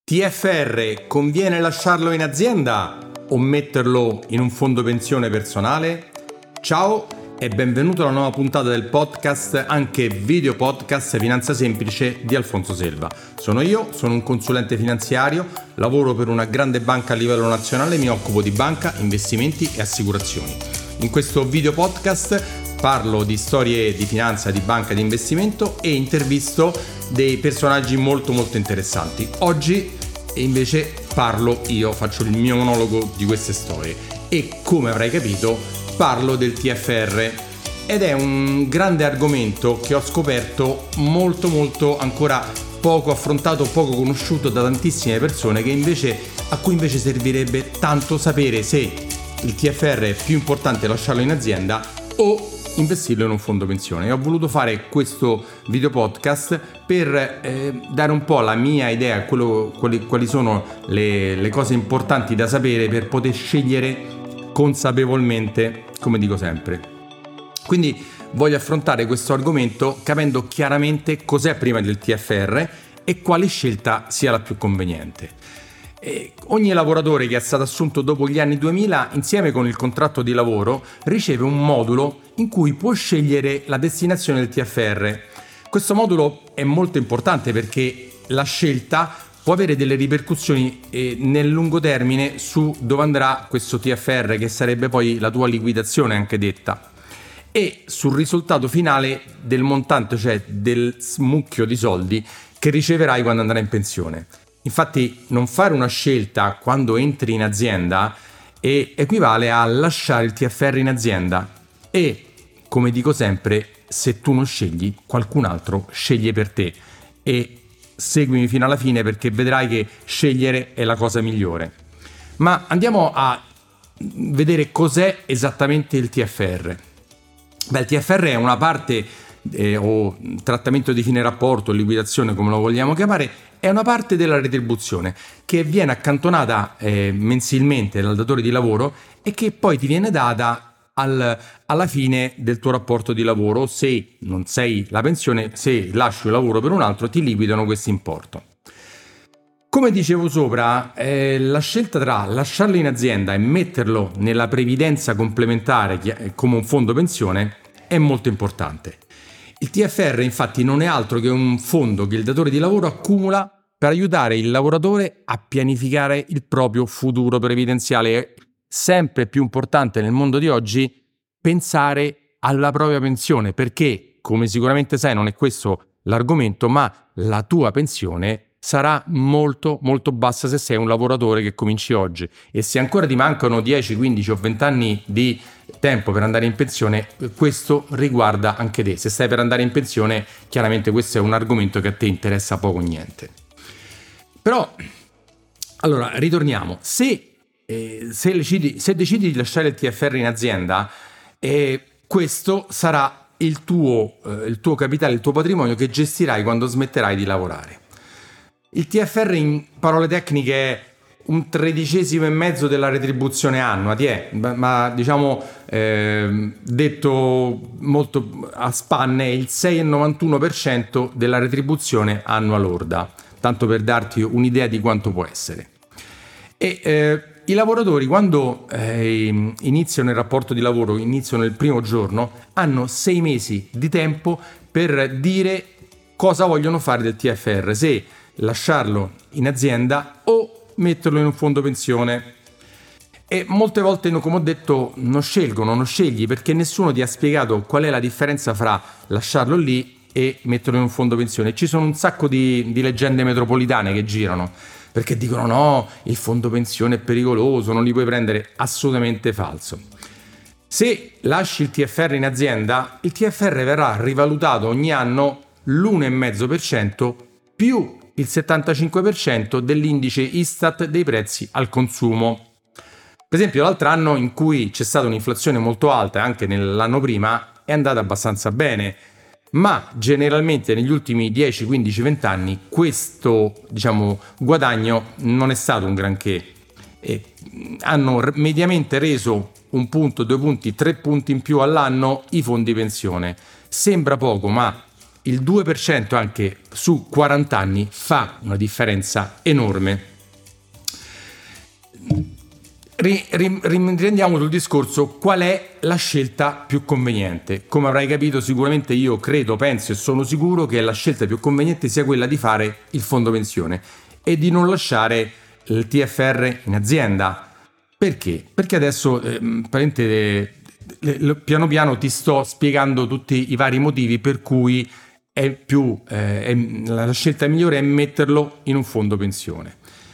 TFR, conviene lasciarlo in azienda o metterlo in un fondo pensione personale? Ciao e benvenuto alla nuova puntata del podcast, anche video podcast Finanza Semplice di Alfonso Selva. Sono un consulente finanziario, lavoro per una grande banca a livello nazionale, mi occupo di banca, investimenti e assicurazioni. In questo video podcast parlo di storie di finanza, di banca, di investimento e intervisto dei personaggi molto interessanti. Oggi invece parlo io, faccio il mio monologo di queste storie e, come avrai capito, parlo del TFR ed è un grande argomento che ho scoperto molto ancora poco affrontato, poco conosciuto da tantissime persone a cui invece servirebbe tanto sapere se il TFR è più importante lasciarlo in azienda o investirlo in un fondo pensione. E ho voluto fare questo video podcast per dare un po' la mia idea, quali sono le cose importanti da sapere per poter scegliere consapevolmente, come dico sempre. Quindi voglio affrontare questo argomento capendo chiaramente cos'è prima del TFR e quale scelta sia la più conveniente. Ogni lavoratore che è stato assunto dopo gli anni 2000, insieme con il contratto di lavoro, riceve un modulo in cui può scegliere la destinazione del TFR. Questo modulo è molto importante perché la scelta può avere delle ripercussioni nel lungo termine su dove andrà questo TFR, che sarebbe poi la tua liquidazione anche detta, e sul risultato finale del montante, cioè del smucchio di soldi che riceverai quando andrai in pensione. Infatti non fare una scelta quando entri in azienda equivale a lasciare il TFR in azienda e, come dico sempre, se tu non scegli, qualcun altro sceglie per te. E seguimi fino alla fine perché vedrai che scegliere è la cosa migliore. Ma andiamo a vedere cos'è esattamente il TFR. Il TFR è una parte o trattamento di fine rapporto, liquidazione, come lo vogliamo chiamare, è una parte della retribuzione che viene accantonata mensilmente dal datore di lavoro e che poi ti viene data alla fine del tuo rapporto di lavoro. Se non sei la pensione, se lasci il lavoro per un altro, ti liquidano questo importo. Come dicevo sopra, la scelta tra lasciarlo in azienda e metterlo nella previdenza complementare come un fondo pensione è molto importante. Il TFR infatti non è altro che un fondo che il datore di lavoro accumula per aiutare il lavoratore a pianificare il proprio futuro previdenziale. È sempre più importante nel mondo di oggi pensare alla propria pensione, perché, come sicuramente sai, non è questo l'argomento, ma la tua pensione sarà molto bassa se sei un lavoratore che cominci oggi, e se ancora ti mancano 10, 15 o 20 anni di tempo per andare in pensione, questo riguarda anche te. Se stai per andare in pensione, chiaramente questo è un argomento che a te interessa poco o niente. Però, allora, ritorniamo. Se decidi di lasciare il TFR in azienda, questo sarà il tuo capitale, il tuo patrimonio che gestirai quando smetterai di lavorare. Il TFR, in parole tecniche, è un 13,5% della retribuzione annua, ma diciamo detto molto a spanne, è il 6,91% della retribuzione annua lorda, tanto per darti un'idea di quanto può essere. E i lavoratori, quando iniziano il rapporto di lavoro, iniziano il primo giorno, hanno 6 mesi di tempo per dire cosa vogliono fare del TFR, se lasciarlo in azienda o metterlo in un fondo pensione. E molte volte, come ho detto, non scegli perché nessuno ti ha spiegato qual è la differenza fra lasciarlo lì e metterlo in un fondo pensione. Ci sono un sacco di leggende metropolitane che girano perché dicono no, il fondo pensione è pericoloso, non li puoi prendere. Assolutamente falso. Se lasci il TFR in azienda, il TFR verrà rivalutato ogni anno l'1,5% più il 75% dell'indice Istat dei prezzi al consumo. Per esempio, l'altro anno, in cui c'è stata un'inflazione molto alta, anche nell'anno prima, è andata abbastanza bene, ma generalmente negli ultimi 10, 15, 20 anni questo, guadagno non è stato un granché. Hanno mediamente reso 1 punto, 2 punti, 3 punti in più all'anno i fondi pensione. Sembra poco, ma il 2% anche su 40 anni fa una differenza enorme. Riprendiamo sul discorso: qual è la scelta più conveniente? Come avrai capito, sicuramente io credo, penso e sono sicuro che la scelta più conveniente sia quella di fare il fondo pensione e di non lasciare il TFR in azienda. Perché? Perché adesso piano piano ti sto spiegando tutti i vari motivi per cui la scelta migliore è metterlo in un fondo pensione.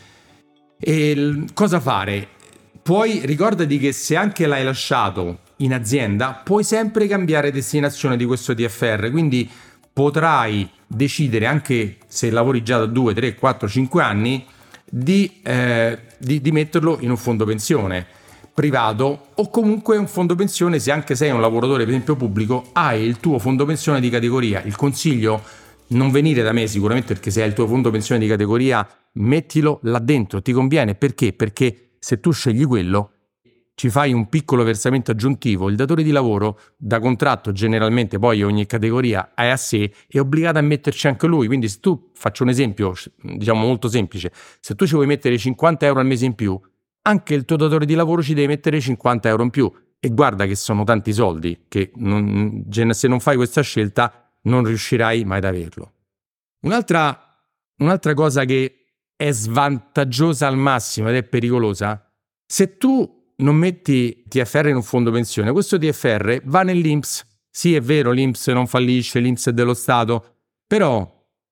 E cosa fare? Poi ricordati che se anche l'hai lasciato in azienda, puoi sempre cambiare destinazione di questo TFR, quindi potrai decidere, anche se lavori già da 2, 3, 4, 5 anni, di metterlo in un fondo pensione privato o comunque un fondo pensione. Se anche sei un lavoratore, per esempio pubblico, hai il tuo fondo pensione di categoria. Il consiglio: non venire da me sicuramente, perché se hai il tuo fondo pensione di categoria, mettilo là dentro, ti conviene. Perché? Perché se tu scegli quello, ci fai un piccolo versamento aggiuntivo, il datore di lavoro da contratto generalmente, poi ogni categoria è a sé, è obbligato a metterci anche lui. Quindi se tu, faccio un esempio diciamo molto semplice, se tu ci vuoi mettere 50 euro al mese in più, anche il tuo datore di lavoro ci deve mettere 50 euro in più, e guarda che sono tanti soldi che se non fai questa scelta non riuscirai mai ad averlo. Un'altra cosa che è svantaggiosa al massimo ed è pericolosa: se tu non metti TFR in un fondo pensione, questo TFR va nell'INPS. Sì, è vero, l'INPS non fallisce, l'INPS è dello Stato, però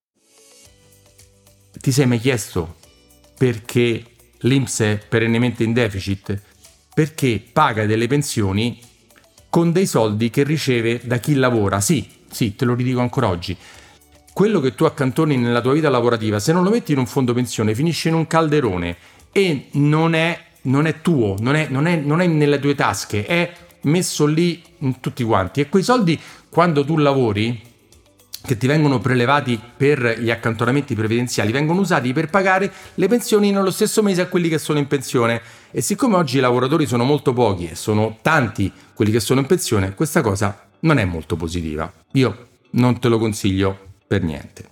ti sei mai chiesto perché l'INPS è perennemente in deficit? Perché paga delle pensioni con dei soldi che riceve da chi lavora. Sì, te lo ridico ancora oggi. Quello che tu accantoni nella tua vita lavorativa, se non lo metti in un fondo pensione, finisce in un calderone e non è tuo, non è nelle tue tasche, è messo lì in tutti quanti. E quei soldi, quando tu lavori, che ti vengono prelevati per gli accantonamenti previdenziali, vengono usati per pagare le pensioni nello stesso mese a quelli che sono in pensione. E siccome oggi i lavoratori sono molto pochi e sono tanti quelli che sono in pensione, questa cosa non è molto positiva. Io non te lo consiglio per niente.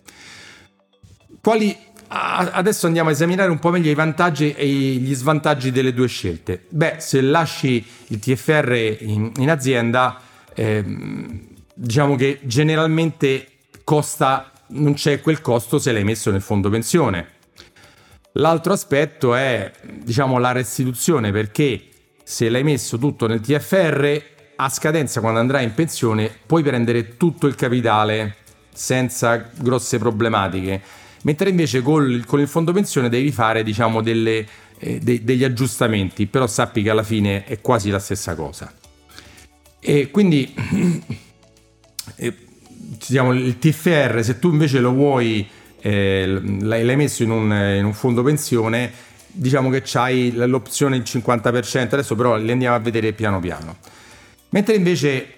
Adesso andiamo a esaminare un po' meglio i vantaggi e gli svantaggi delle due scelte. Se lasci il TFR in azienda, diciamo che generalmente non c'è quel costo se l'hai messo nel fondo pensione. L'altro aspetto è, diciamo, la restituzione, perché se l'hai messo tutto nel TFR, a scadenza, quando andrai in pensione, puoi prendere tutto il capitale senza grosse problematiche, mentre invece con il fondo pensione devi fare, diciamo, degli aggiustamenti, però sappi che alla fine è quasi la stessa cosa. E quindi diciamo, il TFR, se tu invece lo vuoi, l'hai messo in un fondo pensione, diciamo che c'hai l'opzione il 50%, adesso però li andiamo a vedere piano piano. Mentre invece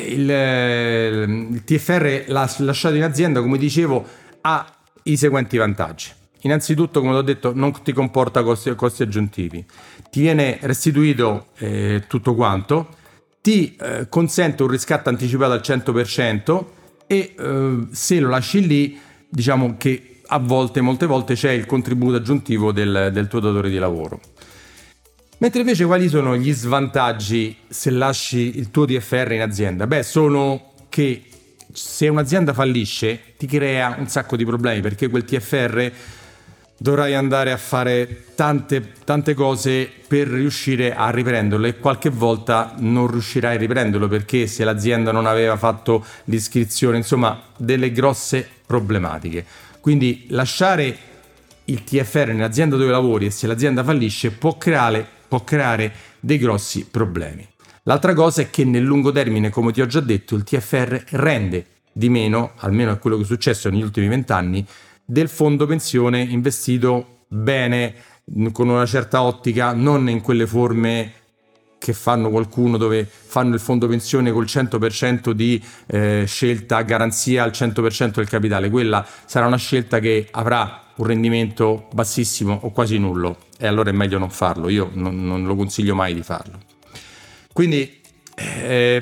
il TFR lasciato in azienda, come dicevo, ha i seguenti vantaggi. Innanzitutto, come ho detto, non ti comporta costi aggiuntivi, ti viene restituito tutto quanto, ti consente un riscatto anticipato al 100%, e se lo lasci lì, diciamo che molte volte c'è il contributo aggiuntivo del tuo datore di lavoro. Mentre invece quali sono gli svantaggi se lasci il tuo TFR in azienda? Sono che se un'azienda fallisce ti crea un sacco di problemi, perché quel TFR dovrai andare a fare tante cose per riuscire a riprenderlo, e qualche volta non riuscirai a riprenderlo perché se l'azienda non aveva fatto l'iscrizione, insomma delle grosse problematiche. Quindi lasciare il TFR nell'azienda dove lavori, e se l'azienda fallisce può creare dei grossi problemi. L'altra cosa è che nel lungo termine, come ti ho già detto, il TFR rende di meno, almeno è quello che è successo negli ultimi 20 anni, del fondo pensione investito bene, con una certa ottica, non in quelle forme che fanno qualcuno dove fanno il fondo pensione col 100% di scelta, garanzia al 100% del capitale. Quella sarà una scelta che avrà un rendimento bassissimo o quasi nullo, e allora è meglio non farlo. Io non lo consiglio mai di farlo. Quindi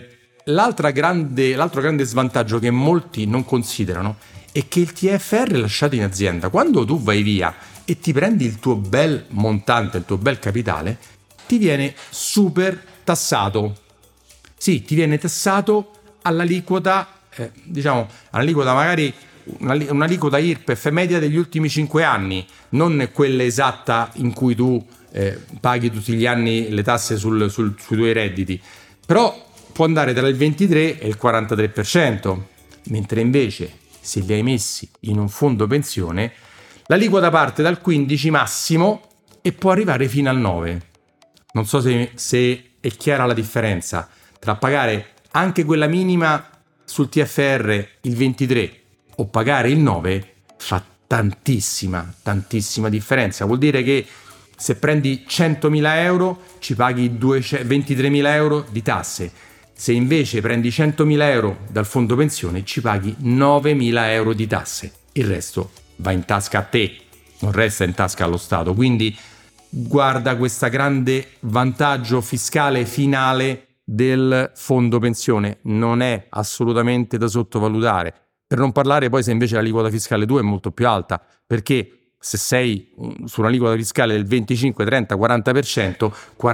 l'altro grande svantaggio che molti non considerano è che il TFR lasciato in azienda, quando tu vai via e ti prendi il tuo bel montante, il tuo bel capitale, ti viene super tassato. Sì, ti viene tassato all'aliquota, all'aliquota magari un'aliquota IRPEF media degli ultimi 5 anni, non quella esatta in cui tu paghi tutti gli anni le tasse sui tuoi redditi, però può andare tra il 23 e il 43%, mentre invece se li hai messi in un fondo pensione l'aliquota parte dal 15 massimo e può arrivare fino al 9. Non so se è chiara la differenza tra pagare anche quella minima sul TFR il 23 o pagare il 9. Fa tantissima differenza. Vuol dire che se prendi 100.000 euro ci paghi 23.000 euro di tasse. Se invece prendi 100.000 euro dal fondo pensione ci paghi 9.000 euro di tasse. Il resto va in tasca a te, non resta in tasca allo Stato. Quindi guarda questo grande vantaggio fiscale finale del fondo pensione, non è assolutamente da sottovalutare. Per non parlare poi se invece l'aliquota fiscale tua è molto più alta, perché se sei su un'aliquota fiscale del 25, 30, 40%,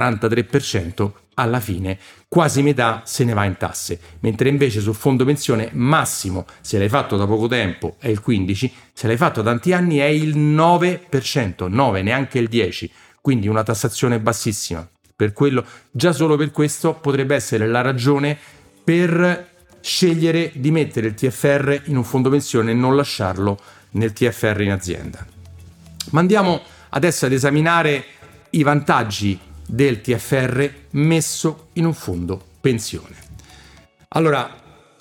43%, alla fine quasi metà se ne va in tasse, mentre invece sul fondo pensione massimo, se l'hai fatto da poco tempo, è il 15%, se l'hai fatto da tanti anni è il 9%, 9, neanche il 10%, quindi una tassazione bassissima. Per quello, già solo per questo potrebbe essere la ragione per scegliere di mettere il TFR in un fondo pensione e non lasciarlo nel TFR in azienda. Ma andiamo adesso ad esaminare i vantaggi del TFR messo in un fondo pensione. Allora,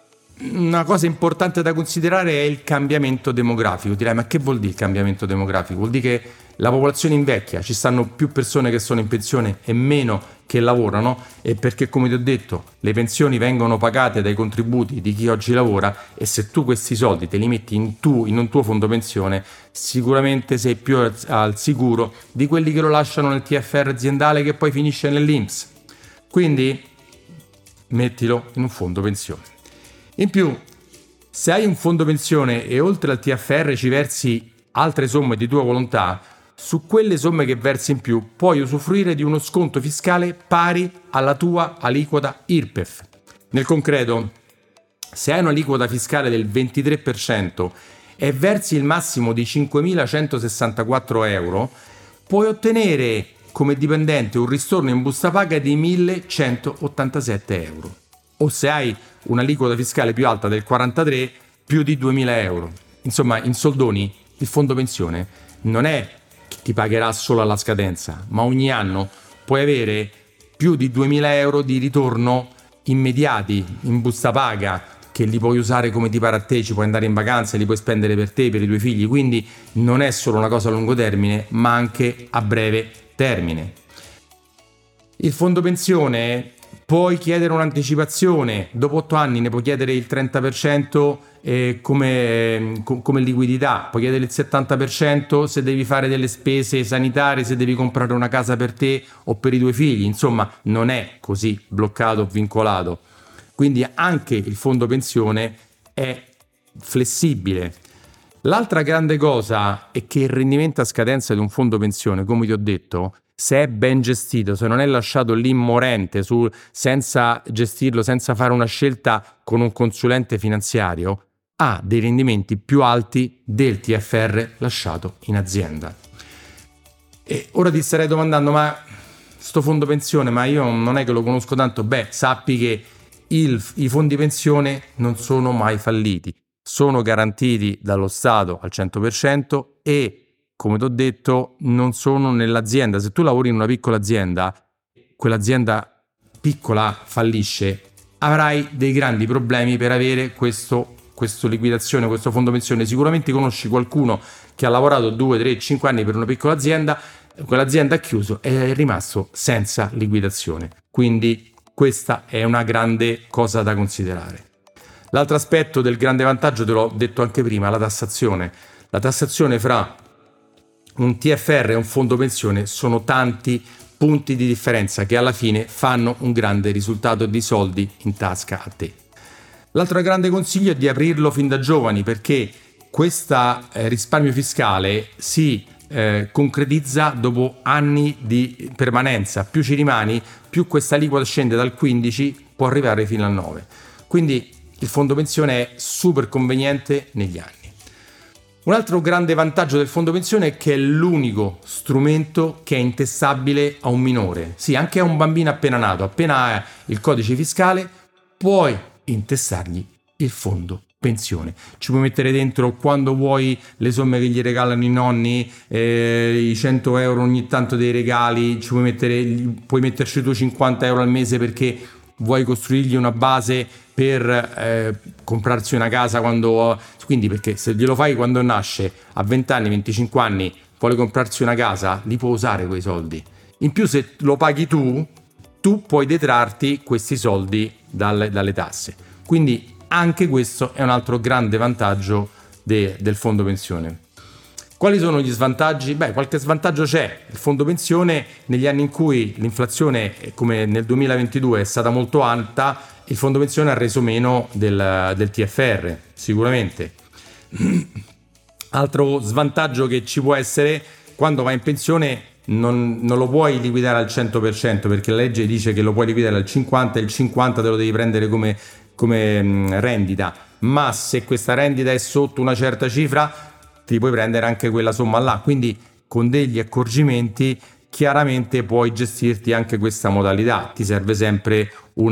una cosa importante da considerare è il cambiamento demografico. Dirai, ma che vuol dire il cambiamento demografico? Vuol dire che la popolazione invecchia, ci stanno più persone che sono in pensione e meno che lavorano, e perché, come ti ho detto, le pensioni vengono pagate dai contributi di chi oggi lavora, e se tu questi soldi te li metti in un tuo fondo pensione, sicuramente sei più al sicuro di quelli che lo lasciano nel TFR aziendale che poi finisce nell'INPS. Quindi mettilo in un fondo pensione. In più, se hai un fondo pensione e oltre al TFR ci versi altre somme di tua volontà, su quelle somme che versi in più puoi usufruire di uno sconto fiscale pari alla tua aliquota IRPEF. Nel concreto, se hai un'aliquota fiscale del 23% e versi il massimo di 5.164 euro, puoi ottenere come dipendente un ristorno in busta paga di 1.187 euro. O se hai un'aliquota fiscale più alta del 43, più di 2.000 euro. Insomma, in soldoni, il fondo pensione non è che ti pagherà solo alla scadenza, ma ogni anno puoi avere più di 2.000 euro di ritorno immediati in busta paga, che li puoi usare come ti pare a te, ci puoi andare in vacanza, li puoi spendere per te, per i tuoi figli, quindi non è solo una cosa a lungo termine, ma anche a breve termine. Il fondo pensione puoi chiedere un'anticipazione, dopo 8 anni ne puoi chiedere il 30% come liquidità, puoi chiedere il 70% se devi fare delle spese sanitarie, se devi comprare una casa per te o per i tuoi figli, insomma non è così bloccato o vincolato. Quindi anche il fondo pensione è flessibile. L'altra grande cosa è che il rendimento a scadenza di un fondo pensione, come ti ho detto, se è ben gestito, se non è lasciato lì morente senza gestirlo, senza fare una scelta con un consulente finanziario, ha dei rendimenti più alti del TFR lasciato in azienda. E ora ti starei domandando, ma sto fondo pensione, ma io non è che lo conosco tanto? Beh, sappi che i fondi pensione non sono mai falliti, sono garantiti dallo Stato al 100% e, come ti ho detto, non sono nell'azienda. Se tu lavori in una piccola azienda, quell'azienda piccola fallisce, avrai dei grandi problemi per avere questo liquidazione, questo fondo pensione. Sicuramente conosci qualcuno che ha lavorato 2, 3, 5 anni per una piccola azienda, quell'azienda ha chiuso e è rimasto senza liquidazione. Quindi questa è una grande cosa da considerare. L'altro aspetto del grande vantaggio, te l'ho detto anche prima, la tassazione. La tassazione fra un TFR e un fondo pensione sono tanti punti di differenza che alla fine fanno un grande risultato di soldi in tasca a te. L'altro grande consiglio è di aprirlo fin da giovani, perché questo risparmio fiscale si concretizza dopo anni di permanenza. Più ci rimani, più questa aliquota scende dal 15, può arrivare fino al 9. Quindi il fondo pensione è super conveniente negli anni. Un altro grande vantaggio del fondo pensione è che è l'unico strumento che è intestabile a un minore. Sì, anche a un bambino appena nato, appena ha il codice fiscale, puoi intestargli il fondo pensione. Ci puoi mettere dentro quando vuoi le somme che gli regalano i nonni, i 100 euro ogni tanto dei regali, puoi metterci tu 50 euro al mese perché vuoi costruirgli una base per comprarsi una casa quindi, perché se glielo fai quando nasce, a 20 anni, 25 anni, vuole comprarsi una casa, li può usare quei soldi. In più, se lo paghi tu puoi detrarti questi soldi dalle tasse. Quindi anche questo è un altro grande vantaggio del fondo pensione. Quali sono gli svantaggi? Qualche svantaggio c'è. Il fondo pensione, negli anni in cui l'inflazione, come nel 2022, è stata molto alta, il fondo pensione ha reso meno del TFR, sicuramente. Altro svantaggio che ci può essere: quando vai in pensione non lo puoi liquidare al 100%, perché la legge dice che lo puoi liquidare al 50%, e il 50% te lo devi prendere come rendita, ma se questa rendita è sotto una certa cifra ti puoi prendere anche quella somma là. Quindi con degli accorgimenti chiaramente puoi gestirti anche questa modalità. Ti serve sempre un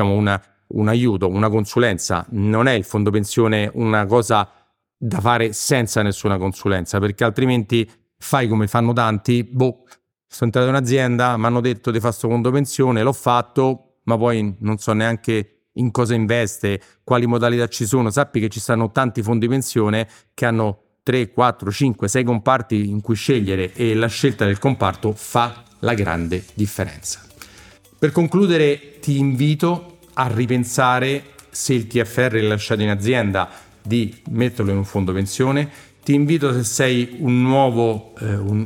aiuto, una consulenza. Non è il fondo pensione una cosa da fare senza nessuna consulenza, perché altrimenti fai come fanno tanti: sono entrato in un'azienda, mi hanno detto di fare sto fondo pensione, l'ho fatto, ma poi non so neanche in cosa investe, quali modalità ci sono. Sappi che ci stanno tanti fondi pensione che hanno 3, 4, 5, 6 comparti in cui scegliere, e la scelta del comparto fa la grande differenza. Per concludere, ti invito a ripensare, se il TFR l'hai lasciato in azienda, di metterlo in un fondo pensione. Ti invito, se sei un nuovo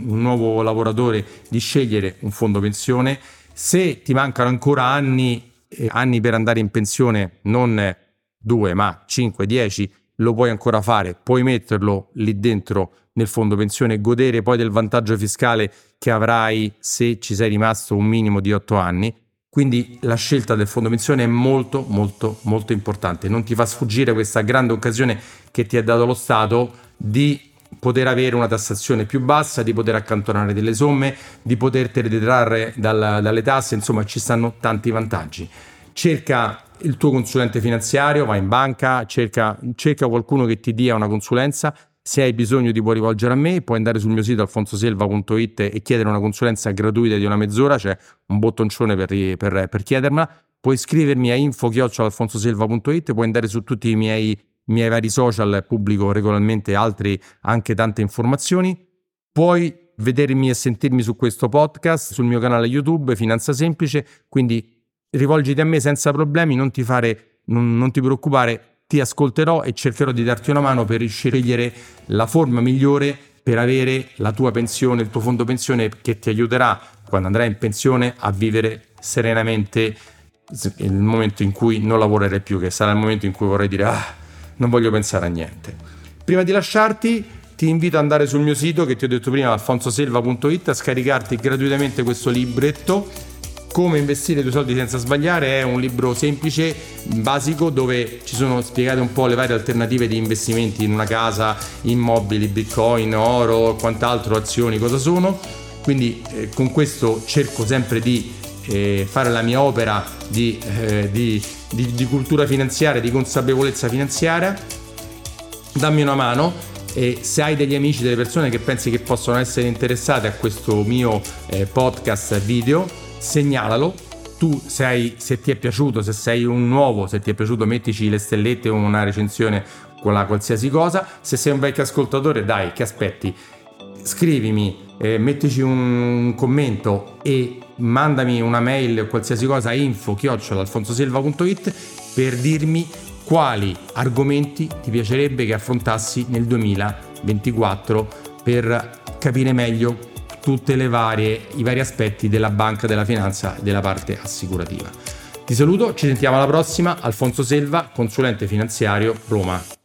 lavoratore, di scegliere un fondo pensione. Se ti mancano ancora anni per andare in pensione, non 2 ma 5, 10, lo puoi ancora fare, puoi metterlo lì dentro nel fondo pensione e godere poi del vantaggio fiscale che avrai se ci sei rimasto un minimo di 8 anni. Quindi la scelta del fondo pensione è molto molto molto importante. Non ti fa sfuggire questa grande occasione che ti ha dato lo Stato di poter avere una tassazione più bassa, di poter accantonare delle somme, di potertele detrarre dalle tasse. Insomma, ci stanno tanti vantaggi. Cerca il tuo consulente finanziario, vai in banca, cerca qualcuno che ti dia una consulenza. Se hai bisogno ti puoi rivolgere a me, puoi andare sul mio sito alfonsoselva.it e chiedere una consulenza gratuita di una mezz'ora, c'è un bottoncione per chiedermela. Puoi scrivermi a info@alfonsoselva.it, puoi andare su tutti i miei vari social, pubblico regolarmente anche tante informazioni. Puoi vedermi e sentirmi su questo podcast, sul mio canale YouTube Finanza Semplice, quindi rivolgiti a me senza problemi, non ti preoccupare, ti ascolterò e cercherò di darti una mano per scegliere la forma migliore per avere la tua pensione, il tuo fondo pensione, che ti aiuterà quando andrai in pensione a vivere serenamente il momento in cui non lavorerai più, che sarà il momento in cui vorrai dire non voglio pensare a niente. Prima di lasciarti, ti invito ad andare sul mio sito, che ti ho detto prima, alfonsoselva.it, a scaricarti gratuitamente questo libretto, Come investire i tuoi soldi senza sbagliare. È un libro semplice, basico, dove ci sono spiegate un po' le varie alternative di investimenti in una casa, immobili, bitcoin, oro, quant'altro, azioni, cosa sono. Quindi con questo cerco sempre di fare la mia opera di cultura finanziaria, di consapevolezza finanziaria. Dammi una mano, e se hai degli amici, delle persone che pensi che possono essere interessate a questo mio podcast video, segnalalo. Tu se ti è piaciuto, se sei un nuovo, se ti è piaciuto, mettici le stellette o una recensione con la qualsiasi cosa. Se sei un vecchio ascoltatore, dai, che aspetti? Scrivimi, mettici un commento e mandami una mail o qualsiasi cosa a info@alfonsoselva.it per dirmi quali argomenti ti piacerebbe che affrontassi nel 2024 per capire meglio tutte i vari aspetti della banca, della finanza e della parte assicurativa. Ti saluto, ci sentiamo alla prossima. Alfonso Selva, consulente finanziario, Roma.